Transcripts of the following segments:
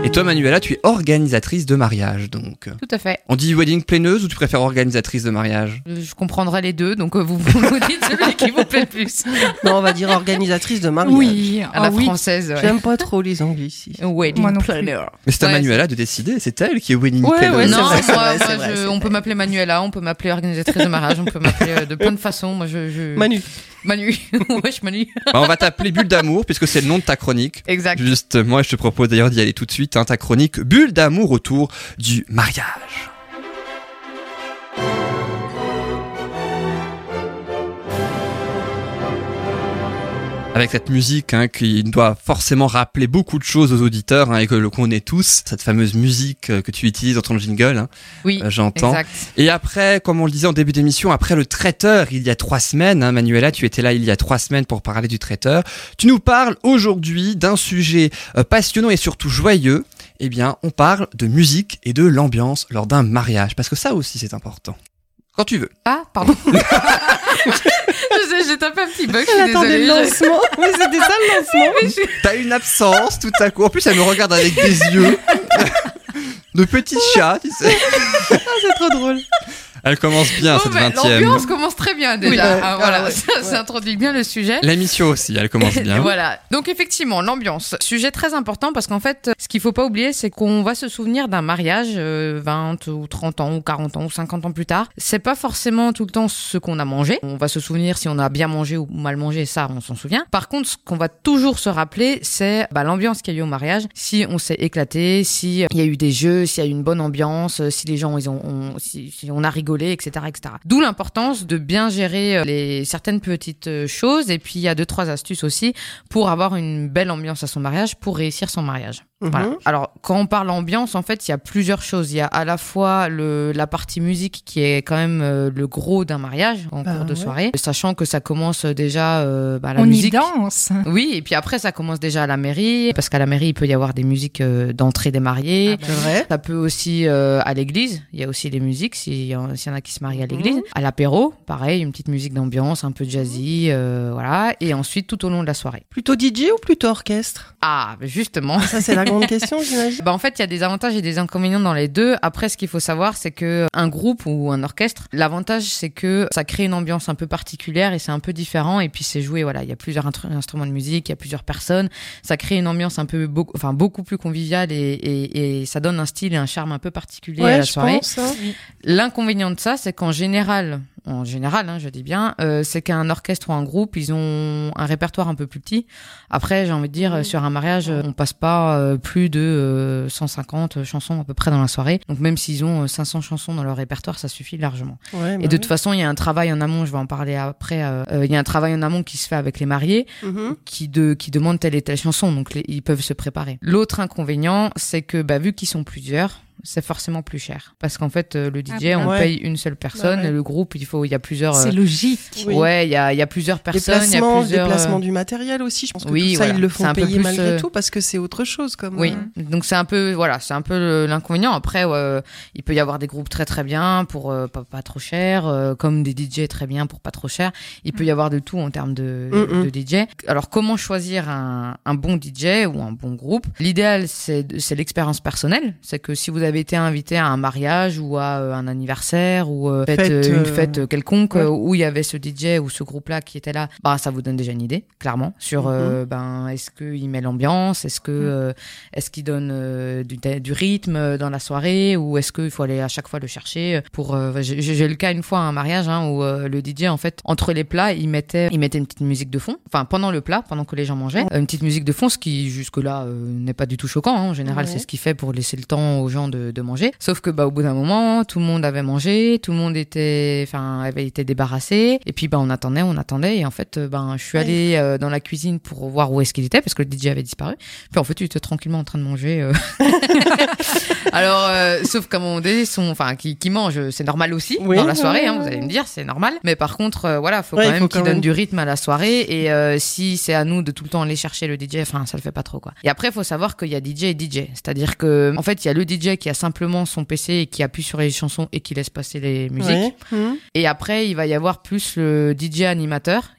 Et toi, Manuela, tu es organisatrice de mariage, donc. Tout à fait. On dit wedding planeuse ou tu préfères organisatrice de mariage? Je comprendrai les deux, donc vous nous dites celui qui vous plaît le plus. Non, on va dire organisatrice de mariage. Oui, À la française. Ouais. J'aime pas trop les anglicismes. Moi Wedding non plus. planner. Mais c'est à Ouais, Manuela de décider, c'est elle qui est wedding Ouais, planeuse. ouais, Non, c'est vrai, moi, c'est vrai, c'est on peut m'appeler Manuela, on peut m'appeler organisatrice de mariage, on peut m'appeler de plein de façons. Moi, Manu. Manu. Wesh, Manu. Bah, on va t'appeler Bulle d'amour puisque c'est le nom de ta chronique. Exact. Justement, je te propose d'ailleurs d'y aller tout de suite, ta chronique Bulle d'amour autour du mariage. Avec cette musique qui doit forcément rappeler beaucoup de choses aux auditeurs et que l'on connaît tous, cette fameuse musique que tu utilises dans ton jingle, Oui, j'entends. exact. Et après, comme on le disait en début d'émission, après le traiteur, il y a 3 semaines, Manuela, tu étais là il y a 3 semaines pour parler du traiteur. Tu nous parles aujourd'hui d'un sujet passionnant et surtout joyeux. Eh bien, on parle de musique et de l'ambiance lors d'un mariage, parce que ça aussi c'est important. Quand tu veux. Ah, pardon. J'ai tapé un petit bug, je suis Elle attendait désolée. le lancement. Oui, c'était ça le lancement. T'as une absence tout à coup. En plus, elle me regarde avec des yeux de petit chat, tu sais. Ah, c'est trop drôle. Elle commence bien, cette 20e. L'ambiance commence très bien déjà. Oui, ouais. Voilà, Ouais. ça introduit bien le sujet. L'émission aussi, elle commence bien. Voilà. Donc effectivement, l'ambiance, sujet très important parce qu'en fait, ce qu'il faut pas oublier, c'est qu'on va se souvenir d'un mariage 20 ou 30 ans ou 40 ans ou 50 ans plus tard. C'est pas forcément tout le temps ce qu'on a mangé. On va se souvenir si on a bien mangé ou mal mangé, ça on s'en souvient. Par contre, ce qu'on va toujours se rappeler, c'est l'ambiance qu'il y a eu au mariage. Si on s'est éclaté, si il y a eu des jeux, s'il y a eu une bonne ambiance, si les gens si on a rigolé, etc., etc. D'où l'importance de bien gérer certaines petites choses. Et puis il y a 2-3 astuces aussi pour avoir une belle ambiance à son mariage, pour réussir son mariage. Voilà. Alors, quand on parle ambiance, en fait, il y a plusieurs choses. Il y a à la fois la partie musique qui est quand même le gros d'un mariage en cours de soirée, sachant que ça commence déjà la On musique. y danse. Oui, et puis après, ça commence déjà à la mairie, parce qu'à la mairie, il peut y avoir des musiques d'entrée des mariés. C'est vrai. Ça peut aussi à l'église, il y a aussi des musiques, s'il y en a qui se marient à l'église. À l'apéro, pareil, une petite musique d'ambiance, un peu jazzy, voilà. Et ensuite, tout au long de la soirée. Plutôt DJ ou plutôt orchestre? Ah, justement. Ça, c'est la grande question, j'imagine. En fait, il y a des avantages et des inconvénients dans les deux. Après, ce qu'il faut savoir, c'est que un groupe ou un orchestre, l'avantage, c'est que ça crée une ambiance un peu particulière et c'est un peu différent. Et puis, c'est joué, voilà, il y a plusieurs instruments de musique, il y a plusieurs personnes. Ça crée une ambiance beaucoup plus conviviale et ça donne un style et un charme un peu particulier à la soirée. Pense, hein. L'inconvénient de ça, c'est qu'en général, je dis bien, c'est qu'un orchestre ou un groupe, ils ont un répertoire un peu plus petit. Après, j'ai envie de dire, sur un mariage, on passe pas plus de 150 chansons à peu près dans la soirée. Donc même s'ils ont 500 chansons dans leur répertoire, ça suffit largement. Ouais, Et de toute façon, il y a un travail en amont, je vais en parler après, il y a un travail en amont qui se fait avec les mariés, qui demandent telle et telle chanson, donc ils peuvent se préparer. L'autre inconvénient, c'est que vu qu'ils sont plusieurs, c'est forcément plus cher. Parce qu'en fait, le DJ, on paye une seule personne, et le groupe, il y a plusieurs... C'est logique. Oui. Ouais, il y a plusieurs personnes, il y a plusieurs... Déplacement du matériel aussi, je pense que Oui, tout ça, voilà. ils le C'est font un peu payer plus, malgré tout, parce que c'est autre chose. Comme, Oui, donc c'est un peu l'inconvénient. Après, il peut y avoir des groupes très très bien pour pas trop cher, comme des DJ très bien pour pas trop cher. Il peut y avoir de tout en termes de DJ. Alors, comment choisir un bon DJ ou un bon groupe? L'idéal, c'est l'expérience personnelle. C'est que si vous avez été invité à un mariage ou à un anniversaire ou une fête quelconque où il y avait ce DJ ou ce groupe-là qui était là, ça vous donne déjà une idée, clairement, sur est-ce qu'il met l'ambiance, est-ce qu'il donne du rythme dans la soirée, ou est-ce qu'il faut aller à chaque fois le chercher pour... J'ai le cas une fois à un mariage où le DJ, en fait, entre les plats, il mettait une petite musique de fond, enfin pendant le plat, pendant que les gens mangeaient, une petite musique de fond, ce qui jusque-là n'est pas du tout choquant, en général c'est ce qu'il fait pour laisser le temps aux gens de manger, sauf que au bout d'un moment, tout le monde avait mangé, tout le monde avait été débarrassé, et puis on attendait, et en fait je suis allée dans la cuisine pour voir où est-ce qu'il était, parce que le DJ avait disparu, puis en fait il était tranquillement en train de manger. Alors sauf qu'à un moment donné, qui mange, c'est normal aussi dans la soirée, vous allez me dire, c'est normal, mais par contre faut quand même qu'il donne du rythme à la soirée, et si c'est à nous de tout le temps aller chercher le DJ, ça le fait pas trop quoi. Et après faut savoir qu'il y a DJ et DJ, c'est-à-dire que en fait il y a le DJ qui a simplement son PC et qui appuie sur les chansons et qui laisse passer les musiques, et après il va y avoir plus le DJ animateur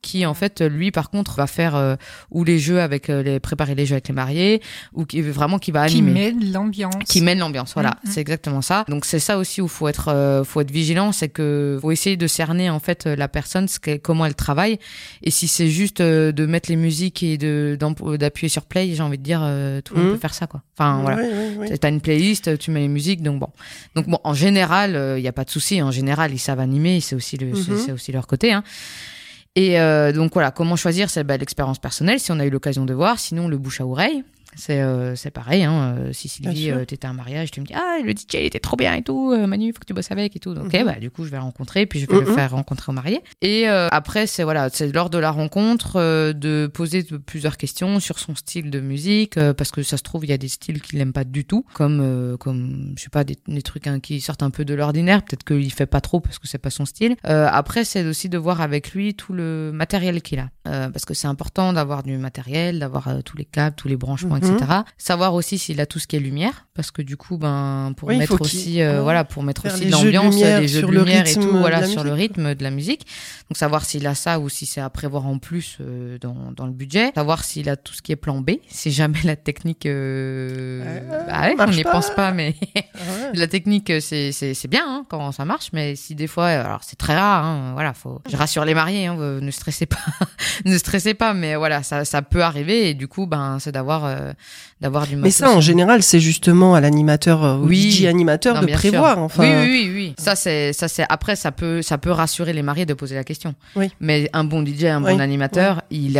qui en fait lui par contre va faire ou les jeux préparer les jeux avec les mariés, ou qui va animer. Qui mène l'ambiance, voilà, c'est exactement ça. Donc c'est ça aussi où faut être vigilant, c'est que faut essayer de cerner en fait la personne, comment elle travaille, et si c'est juste de mettre les musiques et d'appuyer sur play, j'ai envie de dire tout le monde peut faire ça quoi. Enfin voilà, t'as une playlist, tu mets les musiques, donc bon en général il y a pas de souci, en général ils savent animer, c'est aussi c'est aussi leur côté hein. Et donc voilà, comment choisir, c'est l'expérience personnelle si on a eu l'occasion de voir, sinon le bouche à oreille. C'est pareil, hein. Si Sylvie, t'étais à un mariage, tu me dis le DJ il était trop bien et tout, Manu, faut que tu bosses avec et tout. Donc, du coup, je vais le rencontrer, puis je vais le faire rencontrer au marié. Et après, c'est lors de la rencontre de poser plusieurs questions sur son style de musique, parce que ça se trouve, il y a des styles qu'il n'aime pas du tout, comme je sais pas, des trucs qui sortent un peu de l'ordinaire, peut-être qu'il fait pas trop parce que c'est pas son style. Après, c'est aussi de voir avec lui tout le matériel qu'il a, parce que c'est important d'avoir du matériel, d'avoir tous les câbles, tous les branchements, etc. Savoir aussi s'il a tout ce qui est lumière, parce que du coup pour mettre aussi de l'ambiance, des jeux de lumière et tout, sur le rythme de la musique. Donc savoir s'il a ça ou si c'est à prévoir en plus dans le budget. Savoir s'il a tout ce qui est plan B, si jamais la technique on n'y pense pas, mais la technique c'est bien hein, quand ça marche, mais si des fois, alors c'est très rare hein, je rassure les mariés hein, ne stressez pas ne stressez pas, mais voilà, ça peut arriver, et du coup c'est d'avoir du matos. Mais ça, en général, c'est justement à l'animateur, au DJ animateur de prévoir. Sûr. Enfin. Oui. Ça c'est. Après, ça peut rassurer les mariés de poser la question. Oui. Mais un bon DJ, un bon animateur, il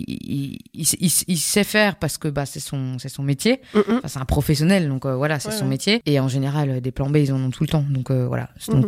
sait faire, parce que c'est son métier. Enfin, c'est un professionnel, donc c'est son métier. Et en général, des plans B, ils en ont tout le temps. Donc voilà.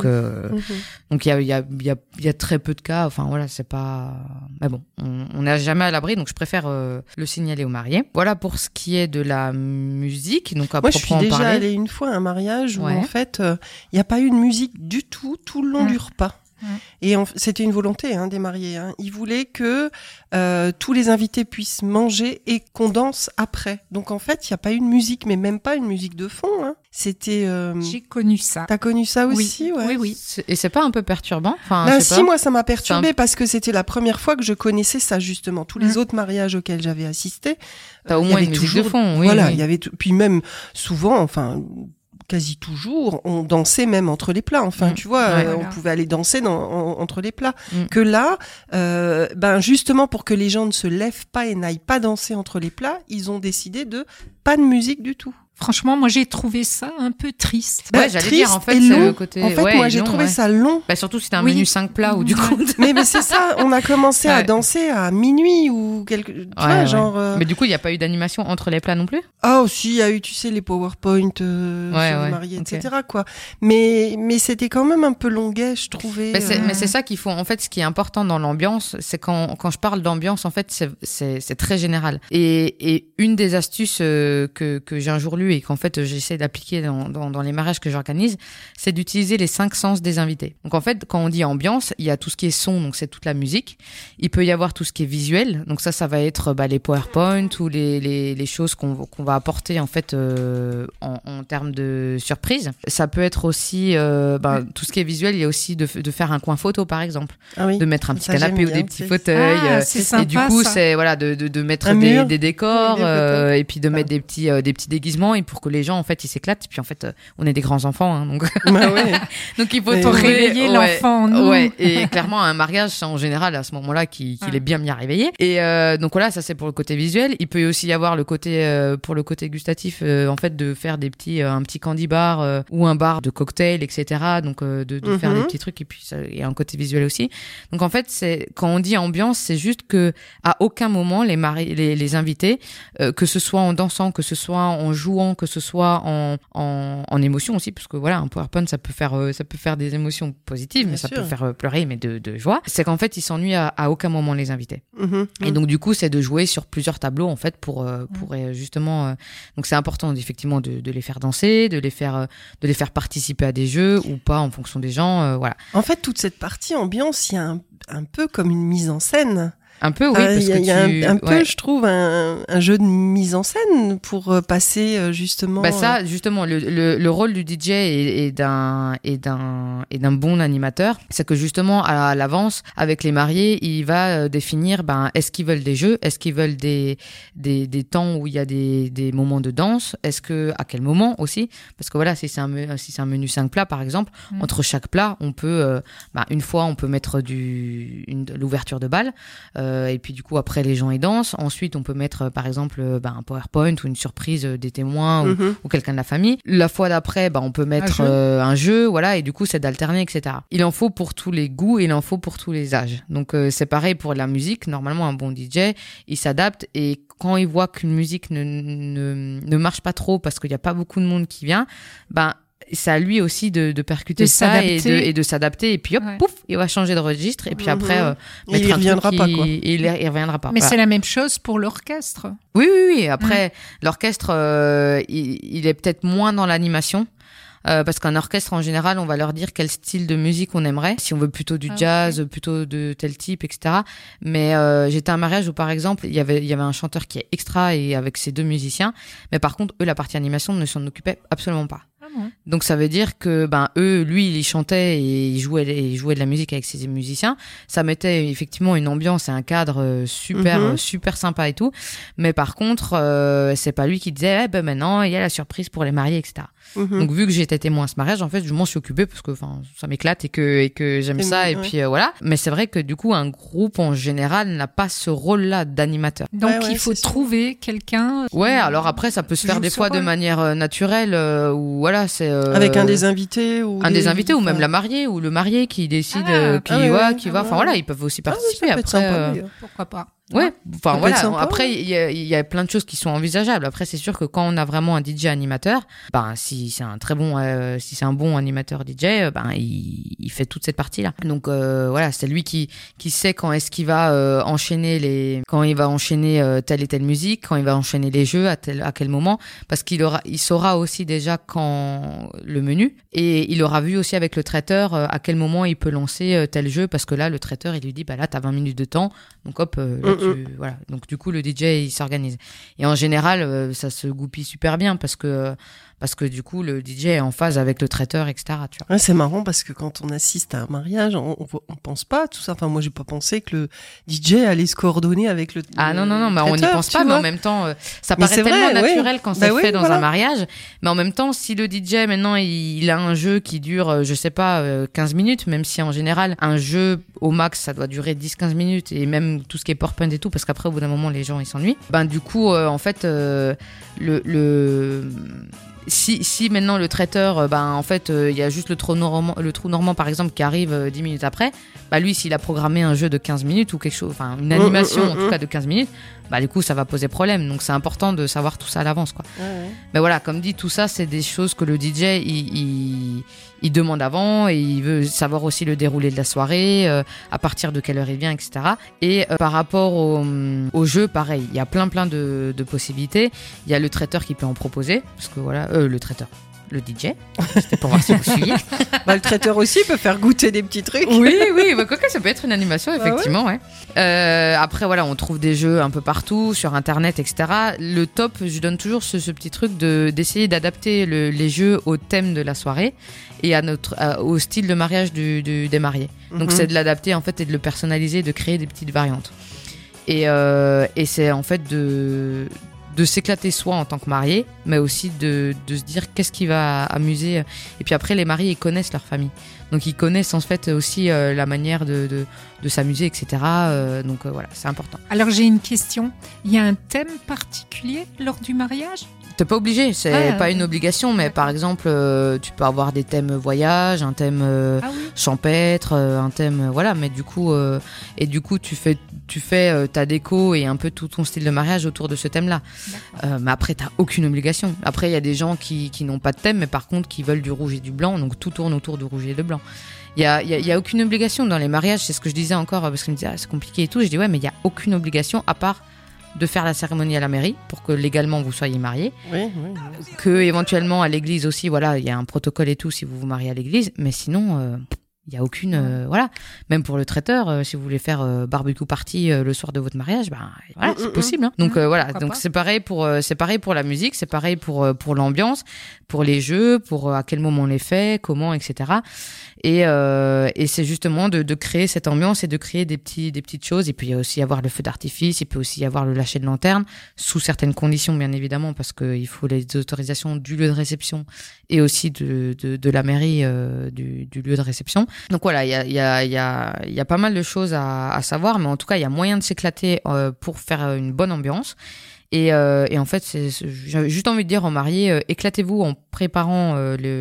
Donc il y a très peu de cas. Enfin voilà, c'est pas. Mais bon, on n'est jamais à l'abri, donc je préfère le signaler aux mariés. Voilà pour ce qui est de la musique. Donc moi, je suis déjà allée une fois à un mariage où en fait, il n'y a pas eu de musique du tout le long du repas. Et c'était une volonté des mariés. Ils voulaient que tous les invités puissent manger et qu'on danse après. Donc en fait, il n'y a pas eu de musique, mais même pas une musique de fond. C'était. J'ai connu ça. T'as connu ça aussi, Oui. Et c'est pas un peu perturbant? Moi ça m'a perturbée parce que c'était la première fois que je connaissais ça justement. Tous les autres mariages auxquels j'avais assisté, t'as au moins une musique de fond. Oui, il y avait puis même souvent, quasi toujours, on dansait même entre les plats. Tu vois, on pouvait aller danser entre les plats. Que là, justement pour que les gens ne se lèvent pas et n'aillent pas danser entre les plats, ils ont décidé de pas de musique du tout. Franchement, moi, j'ai trouvé ça un peu triste. J'allais dire, en fait, c'est le côté. En fait, moi, j'ai trouvé ça long. Surtout si t'as un menu 5 plats ou du coup. Mais c'est ça, on a commencé à danser à minuit ou quelque. Genre. Mais du coup, il n'y a pas eu d'animation entre les plats non plus? Oh, si, il y a eu, tu sais, les PowerPoint sur les mariés, etc., quoi. Mais c'était quand même un peu longuet, je trouvais. Mais c'est ça qu'il faut. En fait, ce qui est important dans l'ambiance, c'est quand je parle d'ambiance, en fait, c'est très général. Et une des astuces que j'ai un jour lu et qu'en fait j'essaie d'appliquer dans les mariages que j'organise, c'est d'utiliser les 5 sens des invités. Donc en fait, quand on dit ambiance, il y a tout ce qui est son, donc c'est toute la musique. Il peut y avoir tout ce qui est visuel, donc ça va être les PowerPoint ou les choses qu'on va apporter en fait en termes de surprise. Ça peut être aussi tout ce qui est visuel. Il y a aussi de faire un coin photo par exemple, de mettre un petit canapé ou des petits fauteuils. C'est sympa, et du coup ça. C'est de mettre des décors et puis de mettre des petits déguisements, et pour que les gens en fait ils s'éclatent. Et puis en fait on est des grands enfants donc donc il faut réveiller l'enfant en nous. Et clairement un mariage c'est en général à ce moment-là qu'il est bien réveillé. Et donc voilà, ça c'est pour le côté visuel. Il peut aussi y avoir le côté pour le côté gustatif en fait de faire des petits un petit candy bar ou un bar de cocktail, etc. Donc de faire des petits trucs, et puis il y a un côté visuel aussi. Donc en fait c'est quand on dit ambiance, c'est juste que à aucun moment les invités que ce soit en dansant, que ce soit en jouant, que ce soit en émotion aussi, parce que voilà, un PowerPoint ça peut faire des émotions positives, mais ça peut faire pleurer, mais de joie. C'est qu'en fait ils s'ennuient à aucun moment, les invités. Et donc du coup c'est de jouer sur plusieurs tableaux en fait pour justement donc c'est important effectivement de les faire danser, de les faire participer à des jeux ou pas en fonction des gens, voilà. En fait toute cette partie ambiance, il y a un peu comme une mise en scène. Un peu, oui. Il y a un peu, je trouve, un jeu de mise en scène pour passer justement. Ça, justement, le rôle du DJ et d'un bon animateur, c'est que justement, à l'avance, avec les mariés, il va définir, est-ce qu'ils veulent des jeux, est-ce qu'ils veulent des temps où il y a des moments de danse, à quel moment aussi, parce que voilà, si c'est un menu 5 plats, par exemple, entre chaque plat, on peut, une fois, on peut mettre l'ouverture de bal. Et puis du coup après les gens y dansent. Ensuite on peut mettre par exemple un PowerPoint ou une surprise des témoins ou quelqu'un de la famille. La fois d'après on peut mettre un jeu, voilà, et du coup c'est d'alterner, etc. Il en faut pour tous les goûts, il en faut pour tous les âges. Donc c'est pareil pour la musique. Normalement un bon DJ il s'adapte, et quand il voit qu'une musique ne marche pas trop parce qu'il n'y a pas beaucoup de monde qui vient, c'est à lui aussi de percuter ça et de s'adapter, et puis hop, pouf, il va changer de registre, et puis après il reviendra pas, quoi. Il reviendra pas. Mais c'est la même chose pour l'orchestre. Oui. Après l'orchestre il est peut-être moins dans l'animation. Parce qu'un orchestre, en général, on va leur dire quel style de musique on aimerait. Si on veut plutôt du jazz, plutôt de tel type, etc. Mais j'étais à un mariage où, par exemple, il y avait un chanteur qui est extra et avec ses 2 musiciens. Mais par contre, eux, la partie animation ne s'en occupait absolument pas. Donc ça veut dire que lui il chantait et il jouait de la musique avec ses musiciens. Ça mettait effectivement une ambiance et un cadre super sympa et tout. Mais par contre c'est pas lui qui disait maintenant il y a la surprise pour les mariés, etc. Donc vu que j'étais témoin à ce mariage, en fait je m'en suis occupée parce que ça m'éclate et que j'aime ça, et puis voilà. Mais c'est vrai que du coup un groupe en général n'a pas ce rôle-là d'animateur. Donc il faut trouver quelqu'un. Alors après ça peut se faire des fois de manière naturelle, ou voilà, c'est avec un des invités ou même la mariée ou le marié qui décide qui va. Enfin voilà, ils peuvent aussi participer. Après pourquoi pas. Ouais, enfin voilà. Après, il y a plein de choses qui sont envisageables. Après, c'est sûr que quand on a vraiment un DJ animateur, si c'est un bon animateur DJ, il fait toute cette partie-là. Donc voilà, c'est lui qui sait quand est-ce qu'il va enchaîner telle et telle musique, quand il va enchaîner les jeux à quel moment, parce il saura aussi déjà quand le menu, et il aura vu aussi avec le traiteur à quel moment il peut lancer tel jeu, parce que là le traiteur il lui dit là t'as 20 minutes de temps, donc hop voilà. Donc du coup le DJ il s'organise, et en général ça se goupille super bien parce que du coup le DJ est en phase avec le traiteur, etc. Tu vois. Ouais, c'est marrant parce que quand on assiste à un mariage, on pense pas à tout ça. Enfin moi j'ai pas pensé que le DJ allait se coordonner avec le non, mais on n'y pense pas, mais en même temps ça paraît tellement naturel quand c'est fait dans un mariage. Mais en même temps, si le DJ maintenant il a un jeu qui dure 15 minutes, même si en général un jeu au max ça doit durer 10-15 minutes, et même tout ce qui est PowerPoint et tout, parce qu'après au bout d'un moment les gens ils s'ennuient. Du coup en fait si maintenant le traiteur, en fait, il y a juste le trou normand par exemple qui arrive 10 minutes après, lui s'il a programmé un jeu de 15 minutes ou quelque chose, enfin une animation en tout cas de 15 minutes, du coup ça va poser problème. Donc c'est important de savoir tout ça à l'avance, quoi. Mais voilà, comme dit, tout ça c'est des choses que le DJ il demande avant, et il veut savoir aussi le déroulé de la soirée, à partir de quelle heure il vient, etc. Et par rapport au jeu, pareil, il y a plein de possibilités. Il y a le traiteur qui peut en proposer, parce que voilà, le DJ, c'était pour voir si vous suiviez. Le traiteur aussi peut faire goûter des petits trucs. Oui, quoique ça peut être une animation, effectivement. Après, voilà, on trouve des jeux un peu partout, sur Internet, etc. Le top, je donne toujours ce petit truc d'essayer d'adapter les jeux au thème de la soirée et au style de mariage des mariés. Donc c'est de l'adapter en fait et de le personnaliser, de créer des petites variantes. Et c'est en fait de s'éclater soi en tant que marié, mais aussi de se dire qu'est-ce qui va amuser. Et puis après, les mariés, ils connaissent leur famille. Donc ils connaissent en fait aussi la manière de s'amuser, etc. Donc voilà, c'est important. Alors j'ai une question. Il y a un thème particulier lors du mariage ? T'es pas obligé, c'est pas une obligation, mais par exemple, tu peux avoir des thèmes voyage, un thème champêtre, un thème voilà, mais du coup tu fais ta déco et un peu tout ton style de mariage autour de ce thème-là. Mais après t'as aucune obligation. Après il y a des gens qui n'ont pas de thème, mais par contre qui veulent du rouge et du blanc, donc tout tourne autour du rouge et du blanc. Il y a aucune obligation dans les mariages, c'est ce que je disais encore parce qu'ils me disaient c'est compliqué et tout. Je dis mais il y a aucune obligation à part de faire la cérémonie à la mairie pour que légalement vous soyez mariés. Que éventuellement à l'église aussi, voilà, il y a un protocole et tout si vous vous mariez à l'église, mais sinon Il y a aucune voilà, même pour le traiteur, si vous voulez faire barbecue party le soir de votre mariage, voilà, c'est possible. Hein. Donc voilà, donc c'est pareil pour la musique, c'est pareil pour l'ambiance, pour les jeux, pour à quel moment on les fait, comment, etc. Et c'est justement de créer cette ambiance et de créer des petites choses. Et puis il y a aussi avoir le feu d'artifice, il peut aussi y avoir le lâcher de lanterne sous certaines conditions, bien évidemment, parce que il faut les autorisations du lieu de réception et aussi de la mairie du lieu de réception. Donc voilà, il y a pas mal de choses à savoir, mais en tout cas il y a moyen de s'éclater pour faire une bonne ambiance. Et en fait, j'ai juste envie de dire aux mariés, éclatez-vous en préparant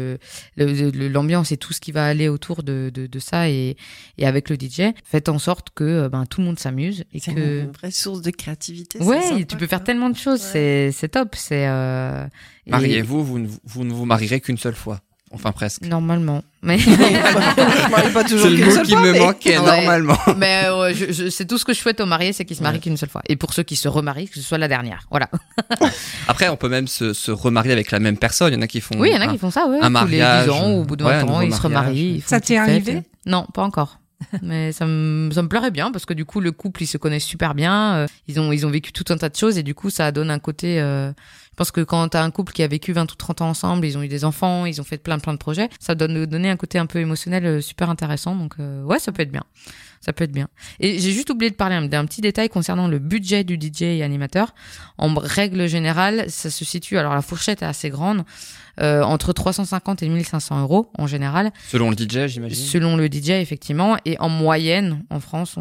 l'ambiance et tout ce qui va aller autour de ça et avec le DJ. Faites en sorte que tout le monde s'amuse. Et c'est une vraie source de créativité. Ouais, tu peux faire tellement de choses, c'est top. Mariez-vous, vous ne vous marierez qu'une seule fois. Enfin, presque. Normalement. Mais je marie pas toujours c'est le mot qui me manquait, normalement. Mais c'est tout ce que je souhaite aux mariés, c'est qu'ils se marient qu'une seule fois. Et pour ceux qui se remarient, que ce soit la dernière. Voilà. Après, on peut même se remarier avec la même personne. Il y en a qui font. Oui, il y en a qui font ça, ouais. Un mariage. Tous les 10 ans, ou au bout d'un temps, ils se remarient. Ça t'est arrivé ? Non, pas encore. Mais ça me plairait bien parce que du coup le couple ils se connaissent super bien, ils ont vécu tout un tas de choses et du coup ça donne un côté je pense que quand t'as un couple qui a vécu 20 ou 30 ans ensemble, ils ont eu des enfants, ils ont fait plein de projets, ça donner un côté un peu émotionnel super intéressant, donc ouais, ça peut être bien. Ça peut être bien. Et j'ai juste oublié de parler d'un petit détail concernant le budget du DJ et animateur. En règle générale, ça se situe, alors la fourchette est assez grande, entre 350 et 1500 euros en général. Selon le DJ, j'imagine. Selon le DJ, effectivement. Et en moyenne, en France,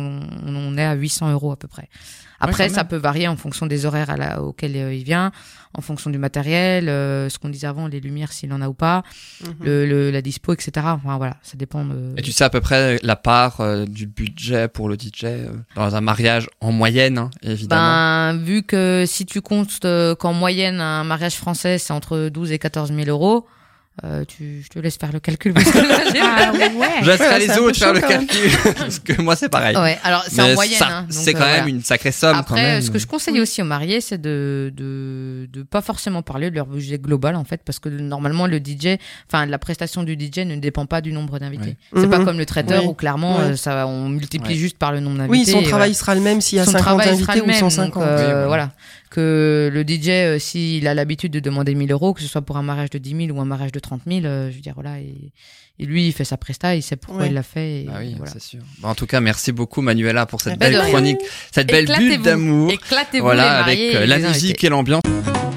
on est à 800 euros à peu près. Après, ça peut varier en fonction des horaires auxquels il vient, en fonction du matériel, ce qu'on disait avant, les lumières s'il en a ou pas, la dispo, etc. Enfin voilà, ça dépend. Et tu sais à peu près la part du budget pour le DJ dans un mariage en moyenne, hein, évidemment. Vu que si tu comptes qu'en moyenne un mariage français c'est entre 12 et 14 000 euros. Je te laisse faire le calcul parce que là, je laisserai les autres faire le calcul parce que moi c'est pareil. Ouais, alors c'est en moyenne. Donc, c'est quand même une sacrée somme. Après, quand même. Ce que je conseille aussi aux mariés, c'est de pas forcément parler de leur budget global en fait, parce que normalement le DJ, enfin la prestation du DJ ne dépend pas du nombre d'invités. Ouais. C'est pas comme le traiteur où clairement on multiplie juste par le nombre d'invités. Oui, son travail sera le même s'il y a 50 invités ou 150. Donc, voilà. Que le DJ, s'il a l'habitude de demander 1 000 euros, que ce soit pour un mariage de 10 000 ou un mariage de 30 000, je veux dire, voilà. Et lui, il fait sa presta, il sait pourquoi il l'a fait. Et oui, voilà. c'est sûr. Bon, en tout cas, merci beaucoup, Manuela, pour cette belle chronique, cette belle bulle d'amour. Éclatez-vous, voilà, les mariés, avec la musique et l'ambiance.